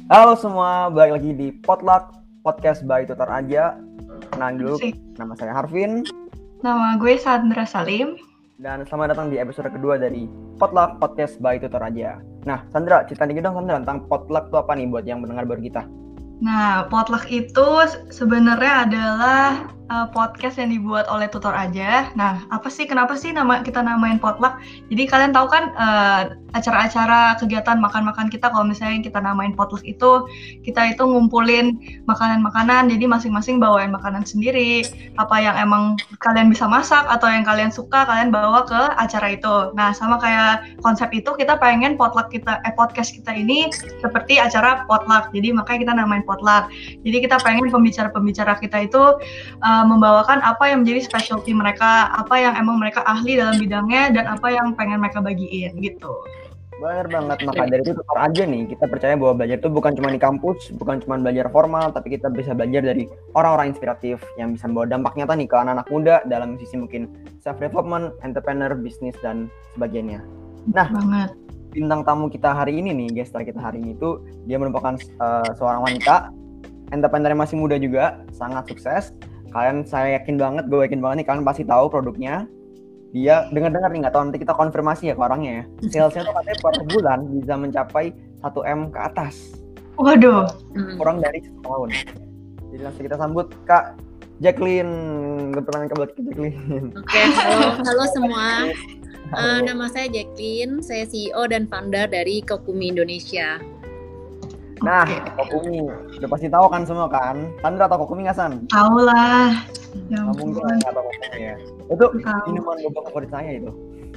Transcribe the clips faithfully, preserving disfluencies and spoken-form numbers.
Halo semua, balik lagi di Potluck Podcast by Tutor Aja. Kenalin dulu, nama saya Harvin. Nama gue Sandra Salim. Dan selamat datang di episode kedua dari Potluck Podcast by Tutor Aja. Nah, Sandra, cerita dikit dong Sandra tentang Potluck itu apa nih buat yang mendengar baru kita? Nah, Potluck itu sebenarnya adalah uh, podcast yang dibuat oleh Tutor Aja. Nah, apa sih, kenapa sih nama kita namain Potluck? Jadi kalian tahu kan uh, acara-acara kegiatan makan-makan kita, kalau misalnya kita namain Potluck itu, kita itu ngumpulin makanan-makanan, jadi masing-masing bawain makanan sendiri. Apa yang emang kalian bisa masak atau yang kalian suka, kalian bawa ke acara itu. Nah, sama kayak konsep itu, kita pengen Potluck kita, eh podcast kita ini seperti acara Potluck. Jadi makanya kita namain Potluck. Jadi kita pengen pembicara-pembicara kita itu uh, membawakan apa yang menjadi specialty mereka, apa yang emang mereka ahli dalam bidangnya, dan apa yang pengen mereka bagiin gitu. Benar banget, maka dari itu Tutor Aja nih, kita percaya bahwa belajar itu bukan cuma di kampus, bukan cuma belajar formal, tapi kita bisa belajar dari orang-orang inspiratif yang bisa membawa dampak nyata nih ke anak-anak muda dalam sisi mungkin self-development, entrepreneur, bisnis, dan sebagainya. Nah, banget. Bintang tamu kita hari ini nih, guest star kita hari ini tuh dia merupakan uh, seorang wanita, entrepreneur yang masih muda juga, sangat sukses. Kalian, saya yakin banget, gue yakin banget nih kalian pasti tahu produknya. Dia dengar-dengar nih, nggak tahu nanti kita konfirmasi ya ke orangnya ya. Salesnya tuh katanya per bulan bisa mencapai satu M ke atas. Waduh. Kurang dari satu tahun. Jadi langsung kita sambut Kak Jacqueline. Kebetulan buat Jacqueline. Oke, okay, halo, halo semua. Uh, nama saya Jacqueline, saya C E O dan founder dari Kokumi Indonesia. Nah, Kokumi, udah pasti tahu kan semua kan? Sandra atau Kokumi nggak San? Tahu lah. Ya mungkin nggak tahu Kokumi ya. Itu minuman boba favorit saya itu.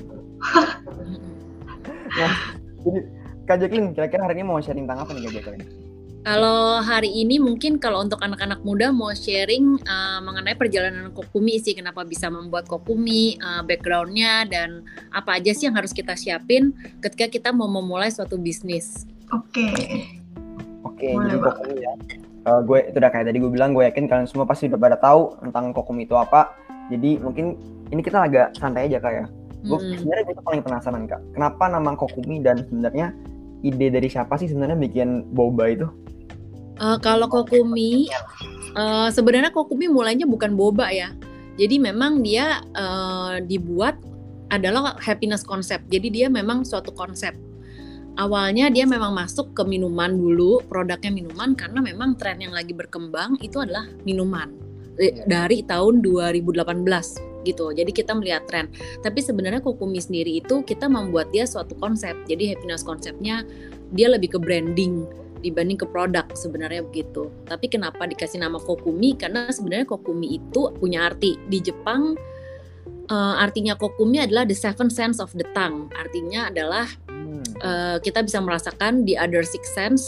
Nah, jadi Kak Jacqueline, kira-kira hari ini mau sharing tentang apa nih Kak Jacqueline? Kalau hari ini mungkin kalau untuk anak-anak muda mau sharing uh, mengenai perjalanan Kokumi sih, kenapa bisa membuat Kokumi, uh, background-nya, dan apa aja sih yang harus kita siapin ketika kita mau memulai suatu bisnis. Oke. Okay. Oke, okay, jadi Kokumi ya. Uh, gue itu udah kayak tadi gue bilang, gue yakin kalian semua pasti udah pada tahu tentang Kokumi itu apa. Jadi mungkin ini kita agak santai aja Kak ya. Gue hmm. sebenarnya gue tuh paling penasaran Kak, kenapa nama Kokumi dan sebenarnya ide dari siapa sih sebenarnya bikin boba itu? Uh, kalau Kokumi, uh, sebenarnya Kokumi mulainya bukan boba ya. Jadi memang dia uh, dibuat adalah happiness concept. Jadi dia memang suatu konsep. Awalnya dia memang masuk ke minuman dulu, produknya minuman, karena memang tren yang lagi berkembang itu adalah minuman dari tahun dua ribu delapan belas gitu. Jadi kita melihat tren. Tapi sebenarnya Kokumi sendiri itu kita membuat dia suatu konsep. Jadi happiness konsepnya dia lebih ke branding dibanding ke produk, sebenarnya begitu. Tapi kenapa dikasih nama Kokumi? Karena sebenarnya Kokumi itu punya arti. Di Jepang uh, artinya Kokumi adalah the seven sense of the tongue. Artinya adalah hmm. uh, kita bisa merasakan the other six sense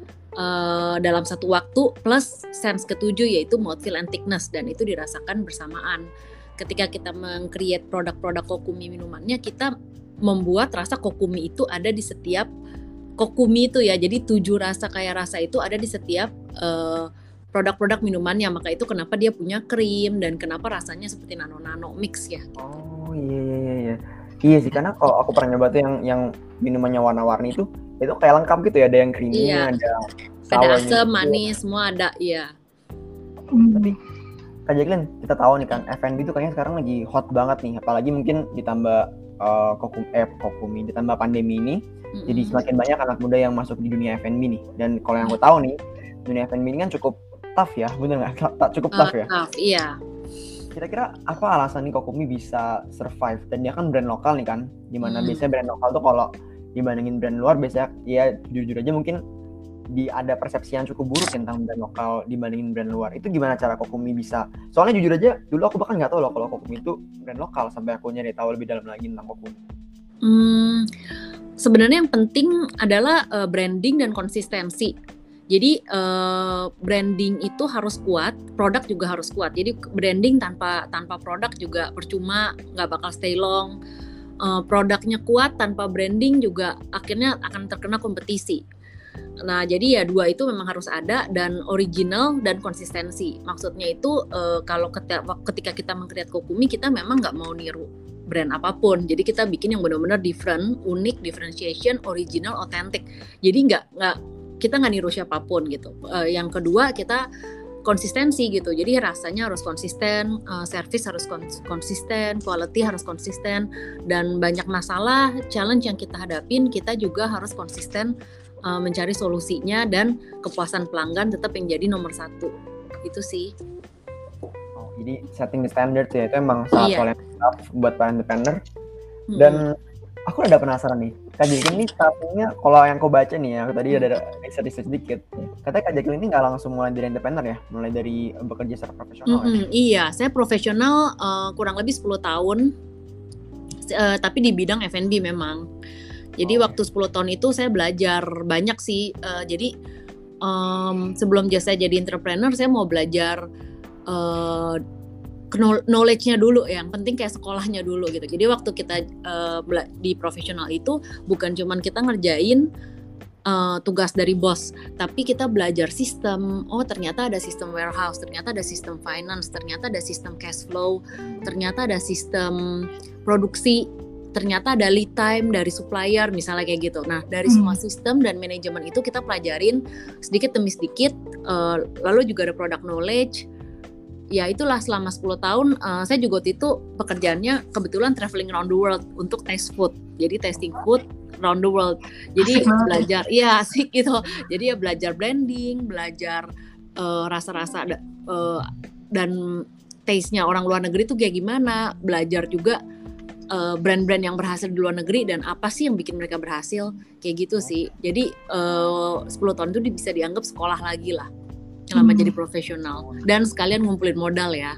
uh, dalam satu waktu, plus sense ketujuh yaitu mouthfeel and thickness, dan itu dirasakan bersamaan. Ketika kita meng-create produk-produk Kokumi minumannya, kita membuat rasa Kokumi itu ada di setiap Kokumi itu ya, jadi tujuh rasa kaya rasa itu ada di setiap uh, produk-produk minumannya. Maka itu kenapa dia punya krim dan kenapa rasanya seperti nano-nano mix ya. Oh iya iya iya. Iya sih, karena kalau aku pernah nyoba tuh yang yang minumannya warna-warni itu, itu kayak lengkap gitu ya, ada yang creamy, iya. ada ada asam, manis, semua ada ya. Tapi Kak Jacqueline, kita tahu nih kan F and B itu kayaknya sekarang lagi hot banget nih, apalagi mungkin ditambah uh, Kokumi, eh, Kokumi ditambah pandemi ini. Mm-hmm. Jadi semakin banyak anak muda yang masuk di dunia F and B nih. Dan kalau yang aku tahu nih, dunia F and B ini kan cukup tough ya, bener nggak? Cukup tough uh, ya? Tough, iya. Kira-kira apa alasan nih Kokumi bisa survive? Dan dia kan brand lokal nih kan, dimana mm-hmm. biasanya brand lokal tuh kalau dibandingin brand luar, biasanya ya jujur aja mungkin di ada persepsi yang cukup buruk tentang brand lokal dibandingin brand luar. Itu gimana cara Kokumi bisa? Soalnya jujur aja, dulu aku bahkan nggak tahu loh kalau Kokumi itu brand lokal, sampai aku nyari tahu lebih dalam lagi tentang Kokumi. Hmm, sebenarnya yang penting adalah uh, branding dan konsistensi. Jadi uh, branding itu harus kuat, produk juga harus kuat. Jadi branding tanpa tanpa produk juga percuma, nggak bakal stay long. Uh, produknya kuat tanpa branding juga akhirnya akan terkena kompetisi. Nah, jadi ya dua itu memang harus ada, dan original dan konsistensi. Maksudnya itu uh, kalau ketika, ketika kita meng-create Kokumi, kita memang nggak mau niru brand apapun. Jadi kita bikin yang benar-benar different, unik, differentiation, original, authentic. Jadi nggak nggak kita nggak niru siapapun gitu. Uh, yang kedua kita konsistensi gitu, jadi rasanya harus konsisten, uh, service harus kons- konsisten, quality harus konsisten, dan banyak masalah, challenge yang kita hadapin, kita juga harus konsisten uh, mencari solusinya, dan kepuasan pelanggan tetap yang jadi nomor satu, itu sih. Oh, jadi setting the standard ya, itu emang sangat Iya. soal yang tough buat para independer. Mm-mm. Dan aku ada penasaran nih, Kak Jacqueline ini startingnya, kalau yang kau baca nih ya, tadi ada riset-riset sedikit, katanya Kak Jacqueline ini nggak langsung mulai dari independer ya, mulai dari bekerja secara profesional ya? Mm-mm, iya, saya profesional uh, kurang lebih sepuluh tahun, uh, tapi di bidang F and B memang. Jadi Oh. waktu sepuluh tahun itu saya belajar banyak sih, uh, jadi um, sebelum saya jadi entrepreneur, saya mau belajar uh, knowledge-nya dulu, yang penting kayak sekolahnya dulu gitu. Jadi waktu kita uh, di profesional itu bukan cuman kita ngerjain uh, tugas dari bos, tapi kita belajar sistem. Oh, ternyata ada sistem warehouse, ternyata ada sistem finance, ternyata ada sistem cash flow, ternyata ada sistem produksi, ternyata ada lead time dari supplier misalnya kayak gitu. Nah, dari hmm. semua sistem dan manajemen itu kita pelajarin sedikit demi sedikit. Uh, lalu juga ada product knowledge. Ya itulah selama sepuluh tahun uh, saya juga waktu itu pekerjaannya kebetulan traveling around the world untuk taste food. Jadi tasting food around the world. Jadi asik belajar, iya asik gitu. Jadi ya belajar blending, belajar uh, rasa-rasa uh, dan taste-nya orang luar negeri itu kayak gimana. Belajar juga uh, brand-brand yang berhasil di luar negeri dan apa sih yang bikin mereka berhasil. Kayak gitu sih. Jadi uh, sepuluh tahun itu bisa dianggap sekolah lagi lah. Selama hmm. jadi profesional, dan sekalian ngumpulin modal ya.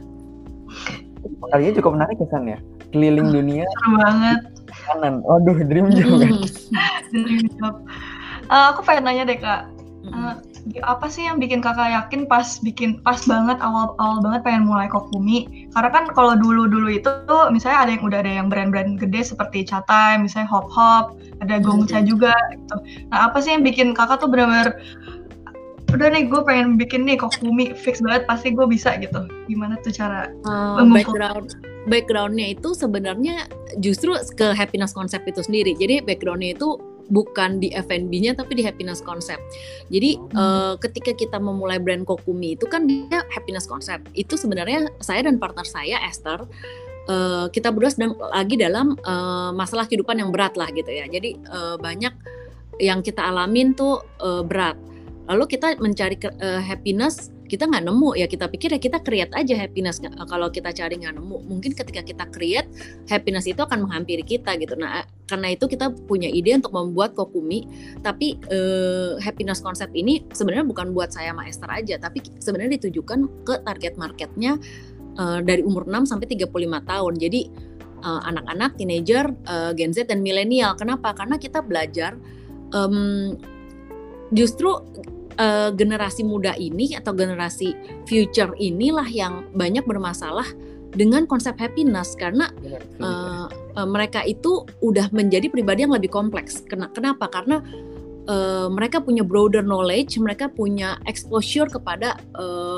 Kalian cukup menarik kesan ya, keliling hmm. dunia. Seru banget. Kanan, waduh dream job kan. Dream job. Uh, aku pengen nanya deh kak, uh, apa sih yang bikin kakak yakin pas bikin pas banget awal-awal banget pengen mulai Kokumi? Karena kan kalau dulu-dulu itu tuh, misalnya ada yang udah ada yang brand-brand gede seperti Catai, misalnya Hop Hop, ada Gongcha hmm. juga. Gitu. Nah apa sih yang bikin kakak tuh benar-benar udah nih gue pengen bikin nih Kokumi fix banget, pasti gue bisa gitu. Gimana tuh cara uh, background backgroundnya itu sebenarnya justru ke happiness concept itu sendiri. Jadi backgroundnya itu bukan di F and B-nya tapi di happiness concept. Jadi hmm. uh, ketika kita memulai brand Kokumi itu kan dia happiness concept. Itu sebenarnya saya dan partner saya Esther, uh, kita berdua sedang lagi dalam uh, masalah kehidupan yang berat lah gitu ya. Jadi uh, banyak yang kita alamin tuh uh, berat. Lalu kita mencari uh, happiness, kita nggak nemu, ya kita pikir ya kita create aja happiness. Kalau kita cari nggak nemu, mungkin ketika kita create, happiness itu akan menghampiri kita gitu. Nah, karena itu kita punya ide untuk membuat Kokumi, tapi uh, happiness concept ini sebenarnya bukan buat saya sama Esther aja, tapi sebenarnya ditujukan ke target marketnya uh, dari umur enam sampai tiga puluh lima tahun. Jadi uh, anak-anak, teenager, uh, Gen Z dan milenial. Kenapa? Karena kita belajar um, justru uh, generasi muda ini atau generasi future inilah yang banyak bermasalah dengan konsep happiness karena uh, uh, mereka itu udah menjadi pribadi yang lebih kompleks. Kenapa? Karena uh, mereka punya broader knowledge, mereka punya exposure kepada uh,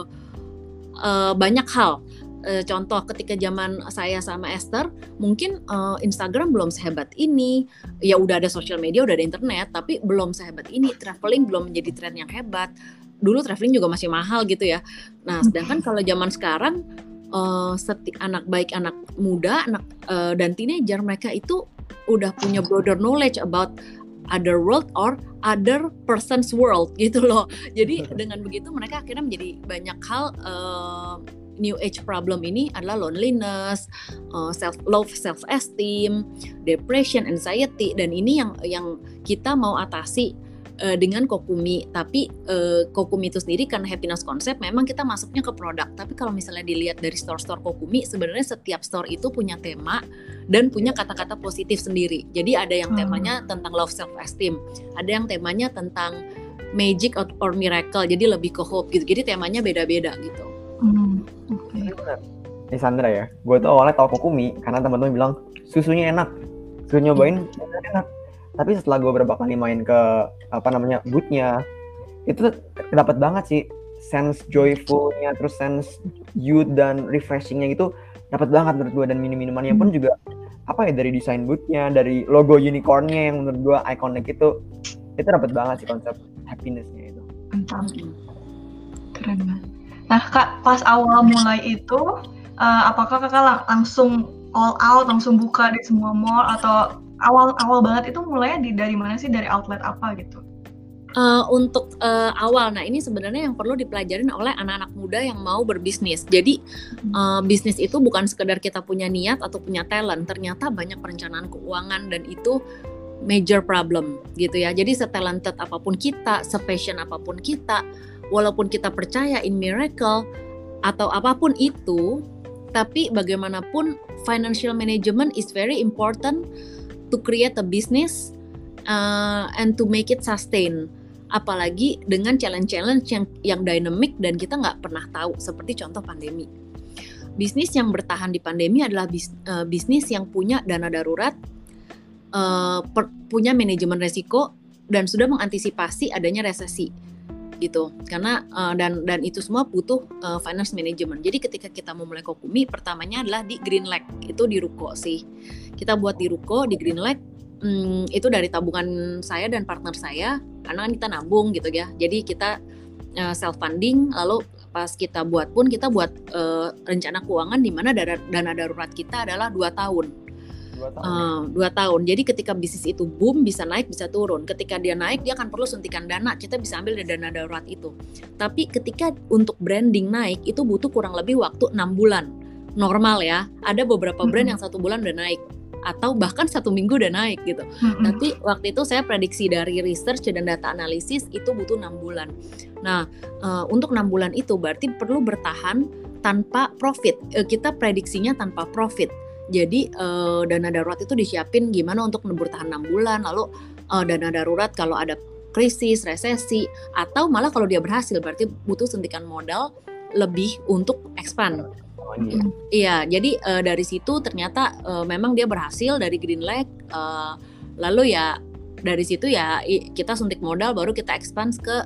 uh, banyak hal. Uh, contoh ketika zaman saya sama Esther, mungkin uh, Instagram belum sehebat ini, ya udah ada social media, udah ada internet, tapi belum sehebat ini. Traveling belum menjadi tren yang hebat. Dulu traveling juga masih mahal gitu ya. Nah, sedangkan kalau zaman sekarang, uh, seti- anak baik anak muda, anak uh, dan teenager, mereka itu udah punya broader knowledge about other world or other person's world gitu loh. Jadi dengan begitu mereka akhirnya menjadi banyak hal. Uh, New age problem ini adalah loneliness, uh, self love, self esteem, depression, anxiety, dan ini yang yang kita mau atasi uh, dengan Kokumi. Tapi uh, Kokumi itu sendiri kan happiness concept, memang kita masuknya ke produk. Tapi kalau misalnya dilihat dari store-store Kokumi, sebenarnya setiap store itu punya tema dan punya kata-kata positif sendiri. Jadi ada yang temanya tentang love, self esteem, ada yang temanya tentang magic or, or miracle, jadi lebih ke hope gitu. Jadi temanya beda-beda gitu. Hmm, okay. Ini Sandra ya, gue tuh awalnya tau Kokumi karena teman-teman bilang susunya enak, suruh nyobain enak. Tapi setelah gue beberapa kali main ke apa namanya booth-nya, itu dapat banget sih sense joyful-nya, terus sense youth dan refreshing-nya gitu dapat banget menurut gue. Dan minum-minumannya pun juga apa ya, dari desain booth-nya, dari logo unicorn-nya yang menurut gue ikonik itu, itu dapat banget sih konsep happiness-nya itu. Mantap. Keren banget. Nah Kak, pas awal mulai itu, uh, apakah Kakak lang- langsung all out, langsung buka di semua mall, atau awal-awal banget itu mulainya di dari mana sih, dari outlet apa gitu? Uh, untuk uh, awal, nah ini sebenarnya yang perlu dipelajarin oleh anak-anak muda yang mau berbisnis. Jadi uh, bisnis itu bukan sekedar kita punya niat atau punya talent, ternyata banyak perencanaan keuangan dan itu major problem gitu ya. Jadi setalented apapun kita, sepassion apapun kita, walaupun kita percaya in miracle atau apapun itu, tapi bagaimanapun financial management is very important to create a business uh, and to make it sustain. Apalagi dengan challenge-challenge yang yang dynamic dan kita nggak pernah tahu, seperti contoh pandemi. Bisnis yang bertahan di pandemi adalah bis, uh, bisnis yang punya dana darurat, uh, per, punya manajemen resiko, dan sudah mengantisipasi adanya resesi gitu. Karena uh, dan dan itu semua butuh uh, finance management. Jadi ketika kita mau mulai Kokumi, pertamanya adalah di Green Lake, itu di ruko sih. Kita buat di ruko di Green Lake. Hmm, itu dari tabungan saya dan partner saya, karena kan kita nabung gitu ya. Jadi kita uh, self funding, lalu pas kita buat pun kita buat uh, rencana keuangan di mana dana, dana darurat kita adalah dua tahun. Dua tahun. Uh, dua tahun. Jadi ketika bisnis itu boom, bisa naik, bisa turun. Ketika dia naik, dia akan perlu suntikan dana. Kita bisa ambil dari dana darurat itu. Tapi ketika untuk branding naik, itu butuh kurang lebih waktu enam bulan. Normal ya. Ada beberapa brand yang satu bulan udah naik, atau bahkan satu minggu udah naik gitu. Mm-hmm. Tapi waktu itu saya prediksi dari research dan data analisis itu butuh enam bulan. Nah, uh, untuk enam bulan itu berarti perlu bertahan tanpa profit. Uh, kita prediksinya tanpa profit. Jadi uh, dana darurat itu disiapin gimana untuk bertahan enam bulan, lalu uh, dana darurat kalau ada krisis, resesi, atau malah kalau dia berhasil berarti butuh suntikan modal lebih untuk expand. Iya, iya, jadi uh, dari situ ternyata uh, memang dia berhasil dari Green Lake, uh, lalu ya dari situ ya i, kita suntik modal, baru kita expand ke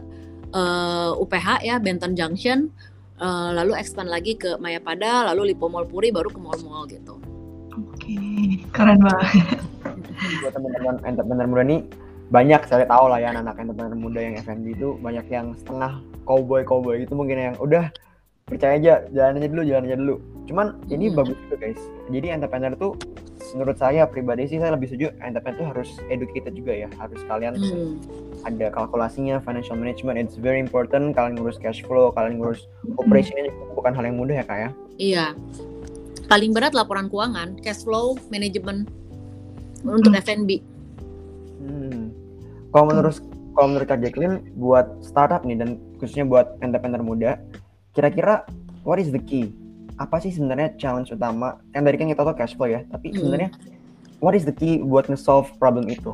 uh, U P H ya, Benton Junction, uh, lalu expand lagi ke Mayapada, lalu Lipo Mall Puri, baru ke mall-mall gitu. Oke, keren banget. Buat teman-teman entrepreneur muda nih, banyak saya tahu lah ya anak entrepreneur muda yang F and B itu banyak yang setengah cowboy-cowboy gitu, mungkin yang udah percaya aja, jalan aja dulu, jalan aja dulu. Cuman ini bagus juga guys. Jadi entrepreneur tuh menurut saya pribadi sih, saya lebih setuju entrepreneur tuh harus educated juga ya. Harus kalian hmm. ada kalkulasinya, financial management, it's very important. Kalian ngurus cash flow, kalian ngurus operationnya juga bukan hal yang mudah ya Kak ya. Iya. Paling berat laporan keuangan, cash flow, management untuk F and B. Hmm. Kalau menurut kalau menurut Kak Jacqueline buat startup nih dan khususnya buat entrepreneur muda, kira-kira what is the key? Apa sih sebenarnya challenge utama? Kan dari kan kita tahu cash flow ya, tapi sebenarnya hmm. what is the key buat nge-solve problem itu?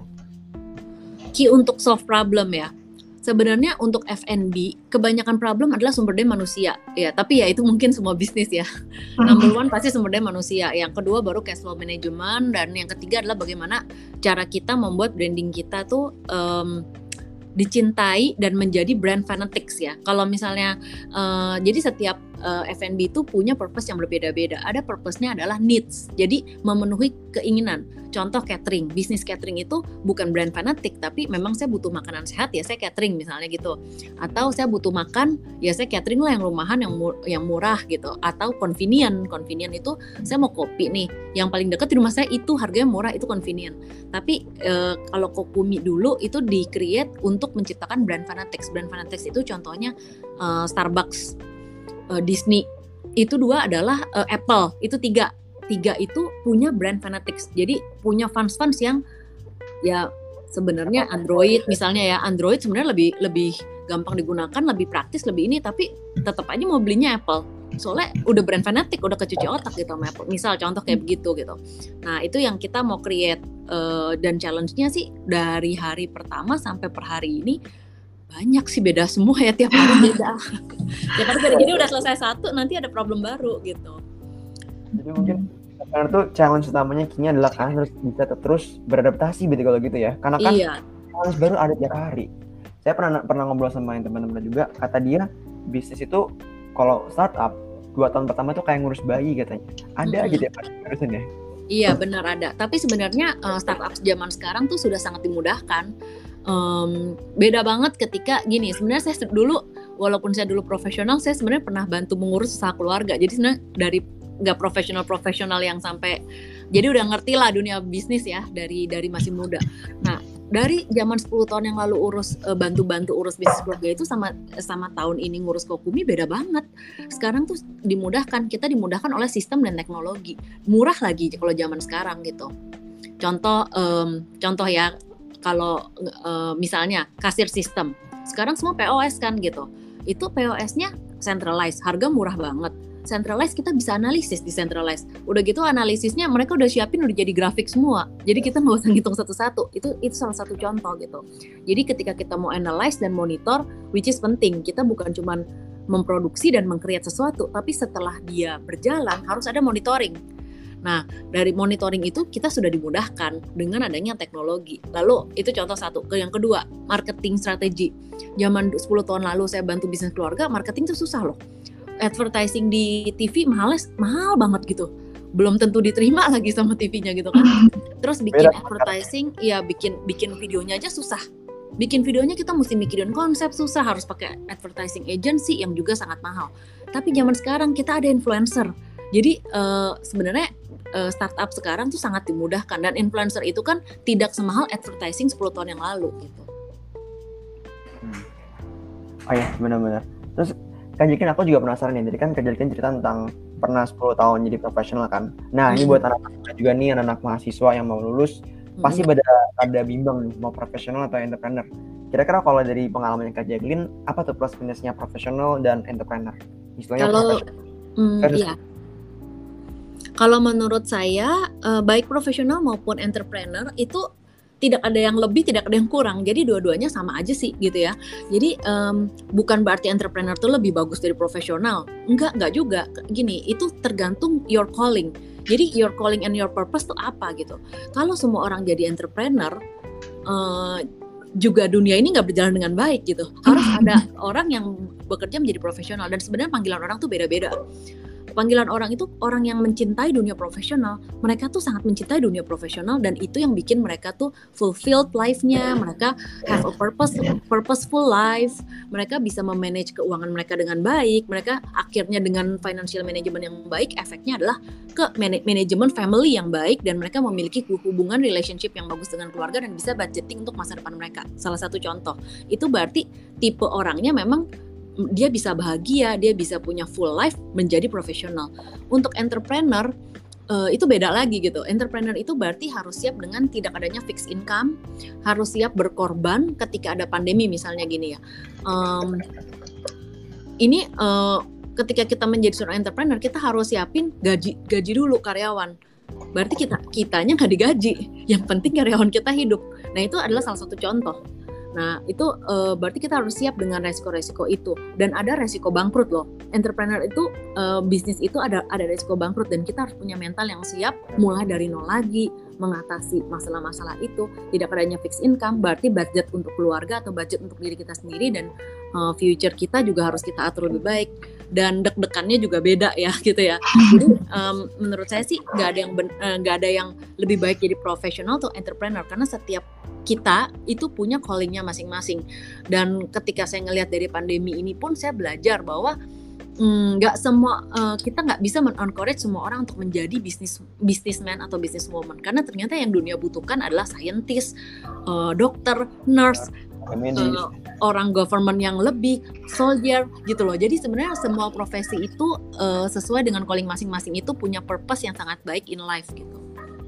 Key untuk solve problem ya. Sebenarnya untuk F and B kebanyakan problem adalah sumber daya manusia ya, tapi ya itu mungkin semua bisnis ya. Number one pasti sumber daya manusia, yang kedua baru cash flow management, dan yang ketiga adalah bagaimana cara kita membuat branding kita tuh um, dicintai dan menjadi brand fanatics ya. Kalau misalnya uh, jadi setiap uh, F and B itu punya purpose yang berbeda-beda. Ada purpose-nya adalah needs. Jadi memenuhi keinginan. Contoh catering, bisnis catering itu bukan brand fanatik, tapi memang saya butuh makanan sehat ya saya catering misalnya gitu. Atau saya butuh makan ya saya catering lah yang rumahan yang mur- yang murah gitu. Atau convenient, convenient itu saya mau kopi nih, yang paling dekat di rumah saya itu harganya murah, itu convenient. Tapi e, kalau Kokumi dulu itu di-create untuk menciptakan brand fanatics. Brand fanatics itu contohnya e, Starbucks, e, Disney. Itu dua adalah e, Apple, itu tiga. Tiga itu punya brand fanatics. Jadi punya fans-fans yang ya sebenarnya Android misalnya ya. Android sebenarnya lebih lebih gampang digunakan, lebih praktis, lebih ini, tapi tetap aja mau belinya Apple. Soalnya udah brand fanatik, udah kecuci otak gitu sama Apple. Misal contoh kayak begitu gitu. Nah, itu yang kita mau create uh, dan challenge-nya sih dari hari pertama sampai per hari ini banyak sih, beda semua ya, tiap hari beda. Tiap hari beda. Jadi udah selesai satu, nanti ada problem baru gitu. Jadi mungkin karena tuh challenge utamanya kayaknya adalah kalian harus bisa terus beradaptasi gitu kalau gitu ya. Karena kan iya. challenge baru ada tiap hari. Saya pernah pernah ngobrol sama yang teman-teman juga, kata dia bisnis itu kalau startup dua tahun pertama tuh kayak ngurus bayi katanya. Ada mm-hmm. aja tiap hari urusannya. Iya benar ada. Tapi sebenarnya uh, startup zaman sekarang tuh sudah sangat dimudahkan. Um, beda banget ketika gini, sebenarnya saya dulu, walaupun saya dulu profesional, saya sebenarnya pernah bantu mengurus usaha keluarga. Jadi sebenarnya dari nggak profesional-profesional yang sampai, jadi udah ngerti lah dunia bisnis ya dari dari masih muda. Nah, dari zaman sepuluh tahun yang lalu urus uh, bantu-bantu urus bisnis keluarga itu sama sama tahun ini ngurus Kokumi beda banget. Sekarang tuh dimudahkan, kita dimudahkan oleh sistem dan teknologi. Murah lagi kalau zaman sekarang gitu. Contoh um, contoh ya, kalau uh, misalnya kasir sistem, sekarang semua P O S kan gitu. Itu P O S-nya centralized, harga murah banget. Centralized kita bisa analisis di centralized. Udah gitu analisisnya mereka udah siapin udah jadi grafik semua. Jadi kita nggak usah ngitung satu-satu. Itu itu salah satu contoh gitu. Jadi ketika kita mau analyze dan monitor, which is penting, kita bukan cuman memproduksi dan meng-create sesuatu, tapi setelah dia berjalan harus ada monitoring. Nah, dari monitoring itu kita sudah dimudahkan dengan adanya teknologi. Lalu itu contoh satu. Ke yang kedua, marketing strategi. Zaman sepuluh tahun lalu saya bantu bisnis keluarga, marketing itu susah loh. Advertising di T V mahalnya mahal banget gitu. Belum tentu diterima lagi sama T V-nya gitu kan. Terus bikin advertising, ya bikin bikin videonya aja susah. Bikin videonya kita mesti mikirin konsep, susah, harus pakai advertising agency yang juga sangat mahal. Tapi zaman sekarang kita ada influencer. Jadi uh, sebenarnya uh, startup sekarang tuh sangat dimudahkan, dan influencer itu kan tidak semahal advertising sepuluh tahun yang lalu gitu. Hmm. Oh ya, benar-benar. Terus Kak Jacqueline, aku juga penasaran nih. Jadi kan Kak Jacqueline cerita tentang pernah sepuluh tahun jadi profesional kan. Nah, hmm. ini buat anak-anak juga nih, anak-anak mahasiswa yang mau lulus, hmm. pasti ada ada bimbang nih, mau profesional atau entrepreneur. Kira-kira kalau dari pengalaman Kak Jacqueline, apa tuh plus minusnya profesional dan entrepreneur? Istilahnya kalau profesional. Hmm, iya. Kalau menurut saya, uh, baik profesional maupun entrepreneur itu tidak ada yang lebih, tidak ada yang kurang. Jadi dua-duanya sama aja sih gitu ya. Jadi um, bukan berarti entrepreneur itu lebih bagus dari profesional. Enggak, enggak juga. Gini, itu tergantung your calling. Jadi your calling and your purpose itu apa gitu. Kalau semua orang jadi entrepreneur, uh, juga dunia ini nggak berjalan dengan baik gitu. Harus ada orang yang bekerja menjadi profesional. Dan sebenarnya panggilan orang tuh beda-beda. Panggilan orang itu orang yang mencintai dunia profesional. Mereka tuh sangat mencintai dunia profesional, dan itu yang bikin mereka tuh fulfilled life-nya. Mereka have a purpose, purposeful life. Mereka bisa memanage keuangan mereka dengan baik. Mereka akhirnya dengan financial management yang baik, efeknya adalah ke manajemen family yang baik, dan mereka memiliki hubungan relationship yang bagus dengan keluarga dan bisa budgeting untuk masa depan mereka. Salah satu contoh. Itu berarti tipe orangnya memang dia bisa bahagia, dia bisa punya full life menjadi profesional. Untuk entrepreneur uh, itu beda lagi gitu. Entrepreneur itu berarti harus siap dengan tidak adanya fixed income, harus siap berkorban ketika ada pandemi misalnya gini ya. Um, ini uh, ketika kita menjadi seorang entrepreneur, kita harus siapin gaji gaji dulu karyawan. Berarti kita kitanya nggak digaji, yang penting karyawan kita hidup. Nah itu adalah salah satu contoh. Nah itu uh, berarti kita harus siap dengan resiko-resiko itu, dan ada resiko bangkrut loh. Entrepreneur itu uh, bisnis itu ada ada resiko bangkrut, dan kita harus punya mental yang siap mulai dari nol lagi mengatasi masalah-masalah itu. Tidak adanya fixed income berarti budget untuk keluarga atau budget untuk diri kita sendiri, dan uh, future kita juga harus kita atur lebih baik, dan deg-degannya juga beda ya gitu ya. Jadi um, menurut saya sih nggak ada yang nggak uh, ada yang lebih baik jadi profesional atau entrepreneur, karena setiap kita itu punya callingnya masing-masing. Dan ketika saya ngelihat dari pandemi ini pun saya belajar bahwa nggak mm, semua uh, kita nggak bisa men-encourage semua orang untuk menjadi bisnis businessman atau businesswoman, karena ternyata yang dunia butuhkan adalah scientist, uh, dokter, nurse, uh, orang government yang lebih, soldier gitu loh. Jadi sebenarnya semua profesi itu uh, sesuai dengan calling masing-masing, itu punya purpose yang sangat baik in life gitu.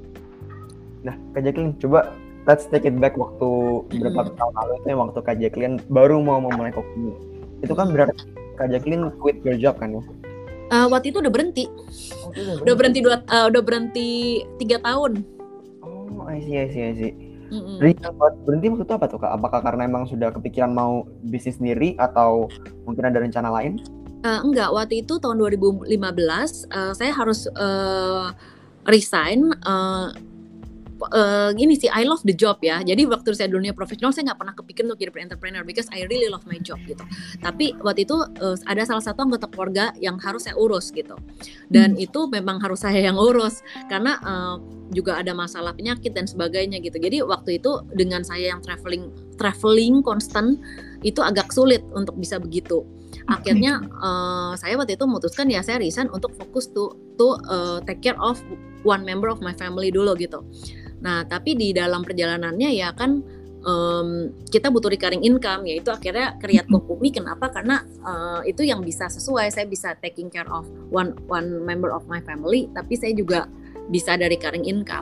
Nah, Kak Jacqueline, coba let's take it back waktu beberapa tahun lalu itu yang waktu Kak Jacqueline baru mau memulai Kokumi. Itu kan berarti Kak Jacqueline quit your job kan ya? Uh, waktu itu udah berhenti. Oh, udah berhenti. Udah berhenti dua uh, udah berhenti tiga tahun. Oh, I see, I see, I see. Mm-hmm. Reason buat berhenti waktu itu apa tuh Kak? Apakah karena emang sudah kepikiran mau bisnis sendiri atau mungkin ada rencana lain? Uh, enggak, waktu itu tahun dua ribu lima belas uh, saya harus uh, resign uh, uh, gini sih, I love the job ya. Jadi waktu saya dunia profesional saya nggak pernah kepikir untuk jadi entrepreneur because I really love my job gitu. Tapi waktu itu uh, ada salah satu anggota keluarga yang harus saya urus gitu. Dan hmm. itu memang harus saya yang urus karena uh, juga ada masalah penyakit dan sebagainya gitu. Jadi waktu itu dengan saya yang traveling traveling constant itu agak sulit untuk bisa begitu. Akhirnya uh, saya waktu itu memutuskan ya saya resign untuk fokus to to uh, take care of one member of my family dulu gitu. Nah tapi di dalam perjalanannya ya kan um, kita butuh recurring income, yaitu akhirnya Create Kokumi. Kenapa? Karena uh, itu yang bisa sesuai, saya bisa taking care of one one member of my family, tapi saya juga bisa ada recurring income.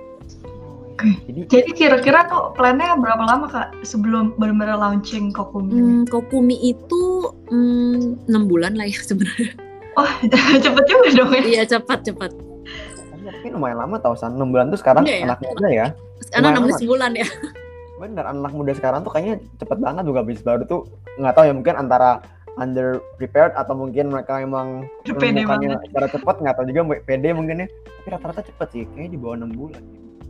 Oke. Jadi, Jadi kira-kira tuh plannya berapa lama Kak sebelum benar-benar launching Kokumi? Hmm, Kokumi itu hmm, enam bulan lah ya sebenarnya. Oh cepet juga dong ya? Iya cepat-cepat. Tapi lumayan lama tau San, enam bulan tuh sekarang ya, anak muda ya. Sekarang enam belas bulan ya. Bener, anak muda sekarang tuh kayaknya cepet banget juga bisnis baru tuh. Nggak tahu ya, mungkin antara under prepared atau mungkin mereka emang menemukannya secara cepat, nggak tahu juga, pede mungkin ya. Tapi rata-rata cepet sih, kayaknya di bawah enam bulan.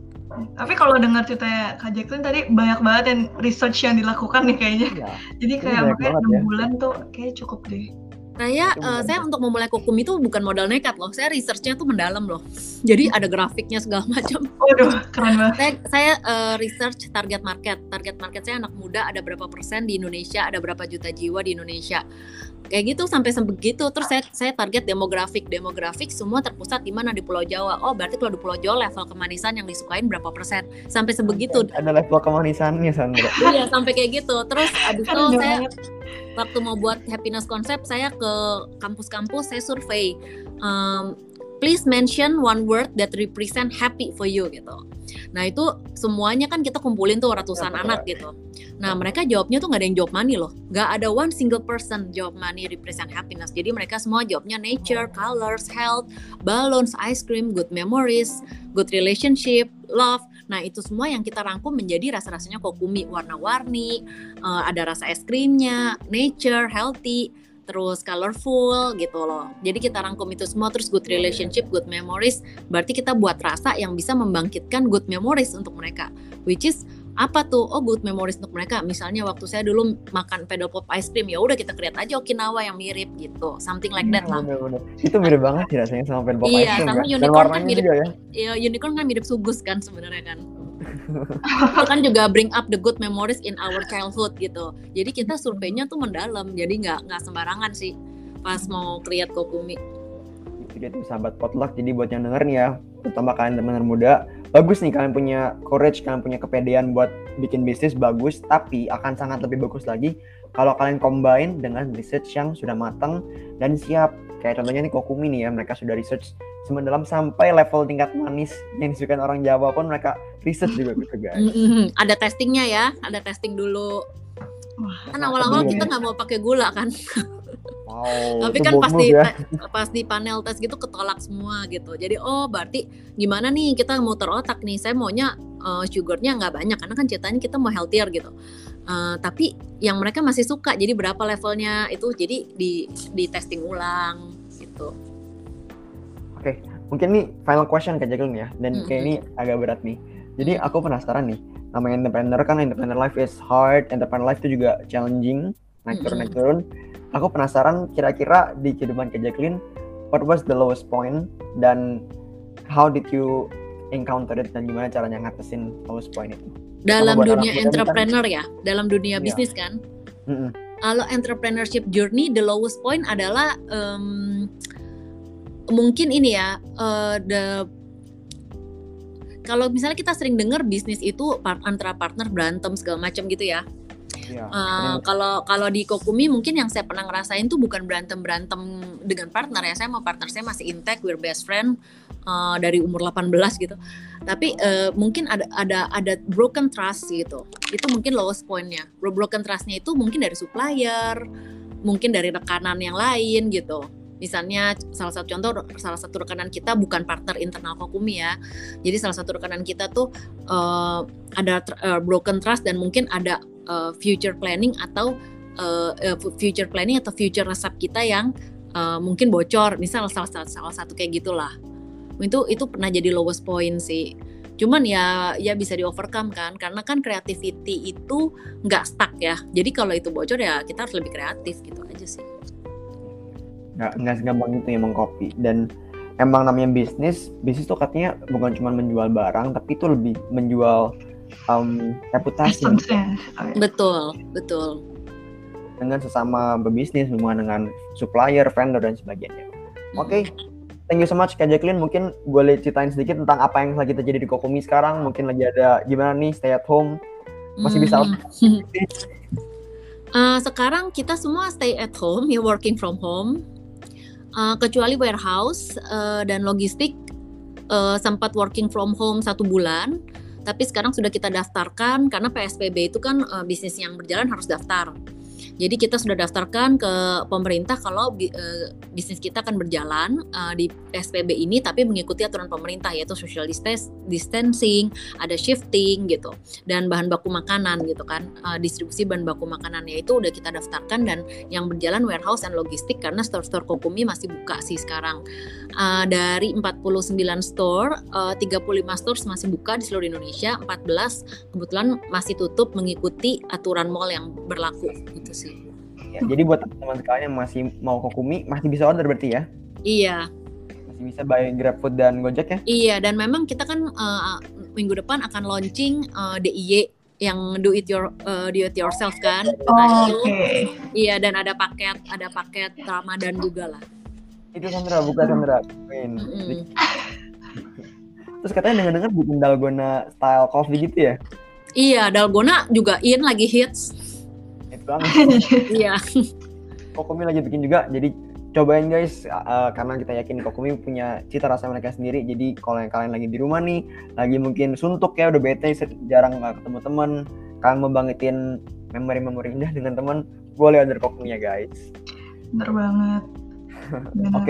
Tapi kalau dengar ceritanya Kak Jacqueline tadi banyak banget yang research yang dilakukan nih kayaknya. Ya, jadi kayak makanya enam ya. bulan tuh kayak cukup deh. Saya, uh, saya untuk memulai Kokumi itu bukan modal nekat loh. Saya researchnya tuh mendalam loh. Jadi ada grafiknya segala macam. Waduh, keren banget. Saya, saya uh, research target market. Target market saya anak muda, ada berapa persen di Indonesia, ada berapa juta jiwa di Indonesia. Kayak gitu sampai sebegitu. Terus saya, saya target demografik. Demografik semua terpusat di mana? Di Pulau Jawa. Oh berarti kalau di Pulau Jawa level kemanisan yang disukain berapa persen? Sampai sebegitu. Ada level kemanisannya Sandra. Iya sampai kayak gitu. Terus abis itu saya waktu mau buat happiness concept, saya ke kampus-kampus, saya survei, um, please mention one word that represent happy for you gitu. Nah itu semuanya kan kita kumpulin tuh ratusan ya, anak gitu. Nah mereka jawabnya tuh nggak ada yang jawab money loh, nggak ada one single person jawab money represent happiness. Jadi mereka semua jawabnya nature, colors, health, balloons, ice cream, good memories, good relationship, love. Nah itu semua yang kita rangkum menjadi rasa-rasanya Kokumi, warna-warni, uh, ada rasa es krimnya, nature, healthy, terus colorful gitu loh. Jadi kita rangkum itu semua, terus good relationship, good memories. Berarti kita buat rasa yang bisa membangkitkan good memories untuk mereka. Which is apa tuh? Oh good memories untuk mereka. Misalnya waktu saya dulu makan pedal pop ice cream, ya udah kita create aja Okinawa yang mirip gitu. Something like that lah. Bener-bener. Itu mirip banget sih rasanya sama pedal pop iya, ice cream. Iya, sama kan? unicorn kan mirip. Juga, ya? Ya, unicorn kan mirip sugus kan sebenarnya kan. Itu kan juga bring up the good memories in our childhood gitu. Jadi kita surveinya tuh mendalam, jadi nggak nggak sembarangan sih pas mau create Kokumi. Gitu sahabat potluck, jadi buat yang denger nih ya, terutama kalian teman-teman muda, bagus nih kalian punya courage, kalian punya kepedean buat bikin bisnis, bagus. Tapi akan sangat lebih bagus lagi kalau kalian combine dengan research yang sudah matang dan siap. Kayak contohnya nih Kokumi nih ya, mereka sudah research semendalam sampai level tingkat manis yang disukain orang Jawa pun mereka research juga gitu guys. Mm-hmm. Ada testingnya ya, ada testing dulu. Wah, kan awal-awal kita nggak mau pakai gula kan. Wow, tapi kan pas di, ya. pas di panel tes gitu ketolak semua gitu. Jadi oh berarti gimana nih kita mau terotak nih, saya maunya uh, sugarnya nggak banyak karena kan ceritanya kita mau healthier gitu. Uh, tapi yang mereka masih suka, jadi berapa levelnya itu jadi di di testing ulang gitu. Oke, okay. Mungkin nih final question Kak Jacqueline ya, dan mm-hmm. kayak ini agak berat nih. Jadi aku penasaran nih, namanya entrepreneur kan, entrepreneur life is hard, entrepreneur life itu juga challenging, naik turun naik turun. Aku penasaran kira-kira di kehidupan Kak Jacqueline, what was the lowest point dan how did you encounter it dan gimana caranya ngatasin lowest point itu? Dalam dunia entrepreneur kan, ya, dalam dunia yeah. bisnis kan. Mm-hmm. Kalau entrepreneurship journey, the lowest point adalah um, mungkin ini ya, uh, the kalau misalnya kita sering dengar bisnis itu part, antara partner berantem segala macam gitu ya. Ya, uh, kalau kalau di Kokumi mungkin yang saya pernah ngerasain tuh bukan berantem berantem dengan partner ya. Saya sama partner saya masih intact, we're best friend uh, dari umur delapan belas gitu. Tapi uh, mungkin ada ada ada broken trust gitu. Itu mungkin lowest point-nya. Broken trust-nya itu mungkin dari supplier, mungkin dari rekanan yang lain gitu. Misalnya salah satu contoh, salah satu rekanan kita bukan partner internal Kokumi ya. Jadi salah satu rekanan kita tuh uh, ada uh, broken trust dan mungkin ada uh, future planning atau uh, uh, future planning atau future resep kita yang uh, mungkin bocor. Misal salah satu salah satu kayak gitulah. Itu itu pernah jadi lowest point sih. Cuman ya ya bisa di overcome kan, karena kan creativity itu nggak stuck ya. Jadi kalau itu bocor ya kita harus lebih kreatif gitu aja sih. Nggak nggak segampang itu ya mengcopy. Dan emang namanya bisnis, bisnis tuh katanya bukan cuma menjual barang, tapi itu lebih menjual um, reputasi. Betul, betul. Dengan sesama berbisnis, hubungan dengan supplier, vendor dan sebagainya. Oke. Okay. Thank you so much Kak Jacqueline. Mungkin boleh ceritain sedikit tentang apa yang lagi terjadi di Kokumi sekarang. Mungkin lagi ada gimana nih, stay at home. Masih bisa hmm. uh, Sekarang kita semua stay at home, ya working from home. Uh, kecuali warehouse uh, dan logistik uh, sempat working from home satu bulan. Tapi sekarang sudah kita daftarkan karena P S B B itu kan uh, bisnis yang berjalan harus daftar. Jadi kita sudah daftarkan ke pemerintah kalau uh, bisnis kita akan berjalan uh, di P S B B ini, tapi mengikuti aturan pemerintah yaitu social distancing, ada shifting gitu, dan bahan baku makanan gitu kan, uh, distribusi bahan baku makanannya itu udah kita daftarkan, dan yang berjalan warehouse dan logistik karena store-store Kokumi masih buka sih sekarang. Uh, dari empat puluh sembilan store, uh, tiga puluh lima stores masih buka di seluruh Indonesia, empat belas kebetulan masih tutup mengikuti aturan mall yang berlaku gitu sih. Ya, jadi buat teman-teman sekalian yang masih mau Kokumi masih bisa order berarti ya? Iya. Masih bisa buy GrabFood dan Gojek ya? Iya, dan memang kita kan uh, minggu depan akan launching uh, D I Y yang do it your uh, do it yourself kan. Oh, nah, Oke. Okay. Iya, dan ada paket ada paket Ramadan juga lah. Itu Sandra, buka Sandra. Mm-hmm. Terus katanya dengar-dengar bikin dalgona style coffee gitu ya? Iya, dalgona juga in lagi hits. Banget. Iya. Kokumi lagi bikin juga, jadi cobain guys, uh, karena kita yakin Kokumi punya cita rasa mereka sendiri. Jadi kalau yang kalian lagi di rumah nih, lagi mungkin suntuk ya, udah bete, jarang nggak ketemu teman, kalian mau bangkitin memori-memori indah dengan teman, boleh order Kokumi ya guys. Bener banget. Oke.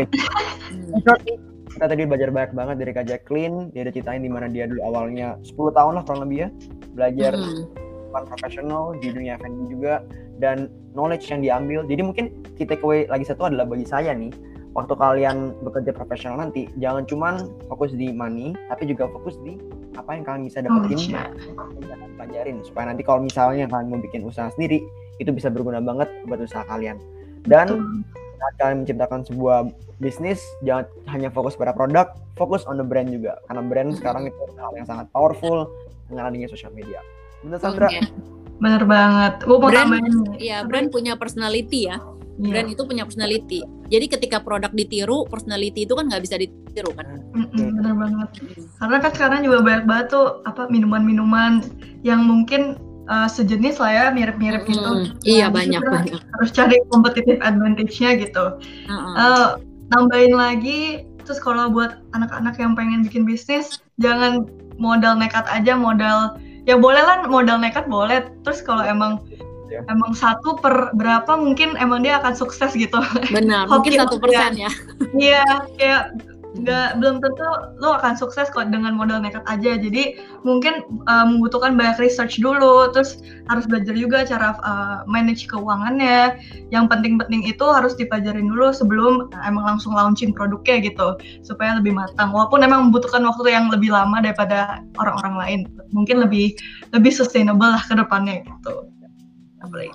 Okay. Kita tadi belajar banyak banget dari Kak Jacqueline. Dia udah ceritain di mana dia dulu awalnya sepuluh tahun lah kurang lebih ya, belajar mm. profesional di dunia F and B juga, dan knowledge yang diambil. Jadi mungkin kita takeaway lagi satu adalah bagi saya nih, waktu kalian bekerja profesional nanti jangan cuman fokus di money, tapi juga fokus di apa yang kalian bisa dapetin, oh, yang kalian pelajarin, supaya nanti kalau misalnya kalian mau bikin usaha sendiri itu bisa berguna banget buat usaha kalian. Dan saat kalian menciptakan sebuah bisnis, jangan hanya fokus pada produk, fokus on the brand juga, karena brand sekarang itu hal yang sangat powerful dengan adanya social media. Bener Sandra? Okay. Bener banget. Gue mau brand, tambahin. Ya, brand punya personality ya. Yeah. Brand itu punya personality. Jadi ketika produk ditiru, personality itu kan nggak bisa ditiru kan. Mm-mm, bener banget. Karena kan sekarang juga banyak banget tuh apa minuman-minuman yang mungkin uh, sejenis lah ya, mirip-mirip mm, gitu. Iya, nah, banyak banyak. Harus cari competitive advantage-nya gitu. Uh-uh. Uh, nambahin lagi, terus kalau buat anak-anak yang pengen bikin bisnis, jangan modal nekat aja, modal ya boleh lah modal nekat boleh. Terus kalau emang yeah. emang satu per berapa mungkin emang dia akan sukses gitu. Benar, mungkin satu persen ya. Iya, kayak nggak belum tentu lo akan sukses kok dengan modal nekat aja. Jadi mungkin uh, membutuhkan banyak research dulu, terus harus belajar juga cara uh, manage keuangannya. Yang penting-penting itu harus dipelajarin dulu sebelum uh, emang langsung launching produknya gitu, supaya lebih matang. Walaupun emang membutuhkan waktu yang lebih lama daripada orang-orang lain, mungkin lebih lebih sustainable lah ke depannya gitu. Apalagi.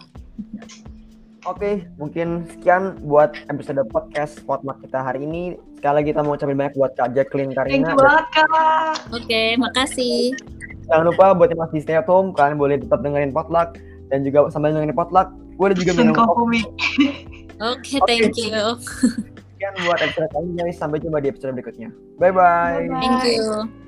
Oke, okay, mungkin sekian buat episode podcast Potluck kita hari ini. Sekali lagi kita mau ucapin banyak buat Kak Jacqueline Karina. Thank you banget, Kak. Oke, okay, makasih. Jangan lupa buat yang masih stay at home, kalian boleh tetap dengerin Potluck. Dan juga sambil dengerin Potluck, gue ada juga minum kopi. Oke, thank you. Sekian buat episode kali ini, sampai jumpa di episode berikutnya. Bye-bye. Bye-bye. Thank you.